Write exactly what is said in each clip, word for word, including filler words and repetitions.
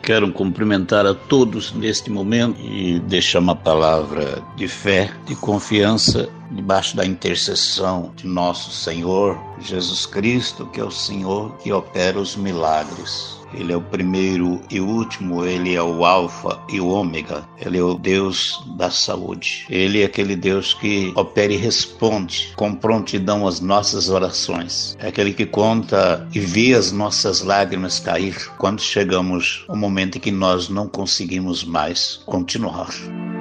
Quero cumprimentar a todos neste momento e deixar uma palavra de fé, de confiança, debaixo da intercessão de nosso Senhor Jesus Cristo, que é o Senhor que opera os milagres. Ele é o primeiro e o último, Ele é o alfa e o ômega, Ele é o Deus da saúde. Ele é aquele Deus que opera e responde com prontidão às nossas orações. É aquele que conta e vê as nossas lágrimas cair quando chegamos ao momento em que nós não conseguimos mais continuar.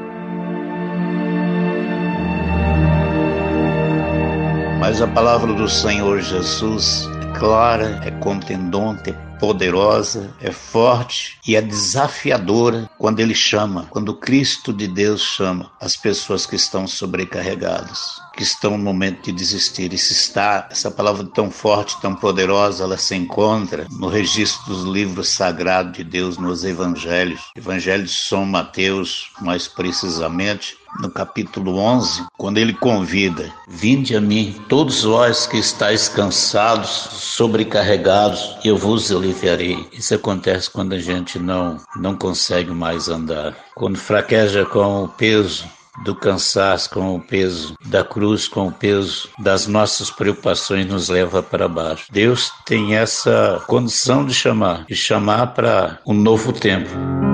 Mas a palavra do Senhor Jesus é clara, é contundente, é poderosa, é forte e é desafiadora quando Ele chama, quando o Cristo de Deus chama as pessoas que estão sobrecarregadas, que estão no momento de desistir. E se está, essa palavra tão forte, tão poderosa, ela se encontra no registro dos livros sagrados de Deus, nos evangelhos. Evangelho de São Mateus, mais precisamente, no capítulo onze, quando ele convida: vinde a mim, todos vós que estáis cansados, sobrecarregados, e eu vos aliviarei. Isso acontece quando a gente não, não consegue mais andar, quando fraqueja com o peso do cansaço, com o peso da cruz, com o peso das nossas preocupações, nos leva para baixo. Deus tem essa condição de chamar, de chamar para um novo tempo.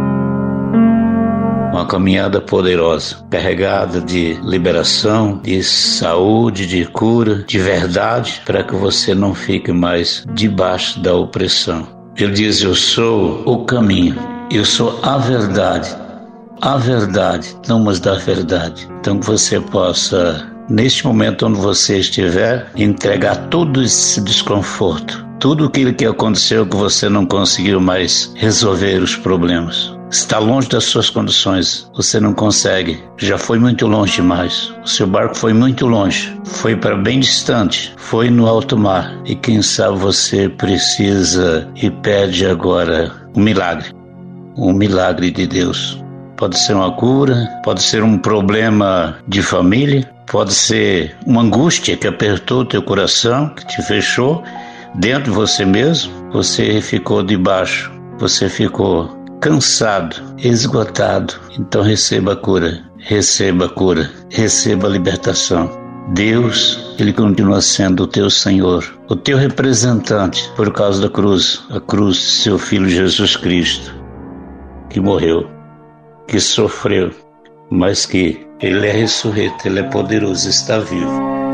Uma caminhada poderosa, carregada de liberação, de saúde, de cura, de verdade, para que você não fique mais debaixo da opressão. Ele diz: eu sou o caminho, eu sou a verdade, a verdade, não mas da verdade. Então que você possa, neste momento onde você estiver, entregar todo esse desconforto, tudo aquilo que aconteceu que você não conseguiu mais resolver os problemas. Está longe das suas condições, você não consegue, já foi muito longe demais. O seu barco foi muito longe, foi para bem distante, foi no alto mar. E quem sabe você precisa e pede agora um milagre, um milagre de Deus. Pode ser uma cura, pode ser um problema de família, pode ser uma angústia que apertou o teu coração, que te fechou dentro de você mesmo. Você ficou debaixo, você ficou cansado, esgotado. Então receba a cura, receba a cura, receba a libertação. Deus, Ele continua sendo o teu Senhor, o teu representante por causa da cruz, a cruz de seu Filho Jesus Cristo, que morreu, que sofreu, mas que Ele é ressurreto, Ele é poderoso, está vivo.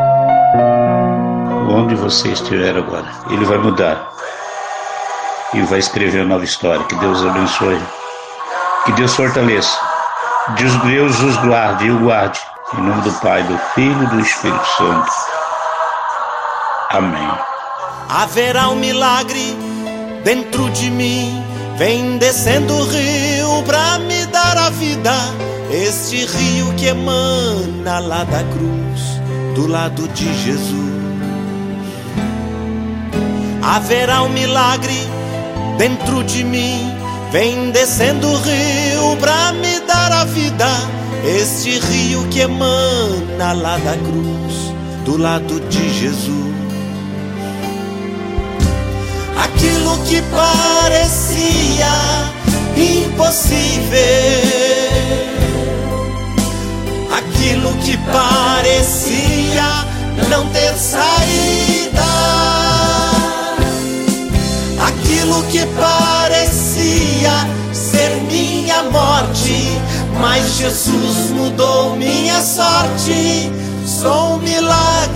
Onde você estiver agora, Ele vai mudar e vai escrever uma nova história. Que Deus abençoe, que Deus fortaleça, Deus os guarde e o guarde, em nome do Pai, do Filho e do Espírito Santo. Amém. Haverá um milagre dentro de mim, vem descendo o rio pra me dar a vida, este rio que emana lá da cruz, do lado de Jesus. Haverá um milagre dentro de mim, vem descendo o rio pra me dar a vida, este rio que emana lá da cruz, do lado de Jesus. Aquilo que parecia impossível, aquilo que parecia não ter saída, aquilo que parecia ser minha morte, mas Jesus mudou minha sorte. Sou um milagre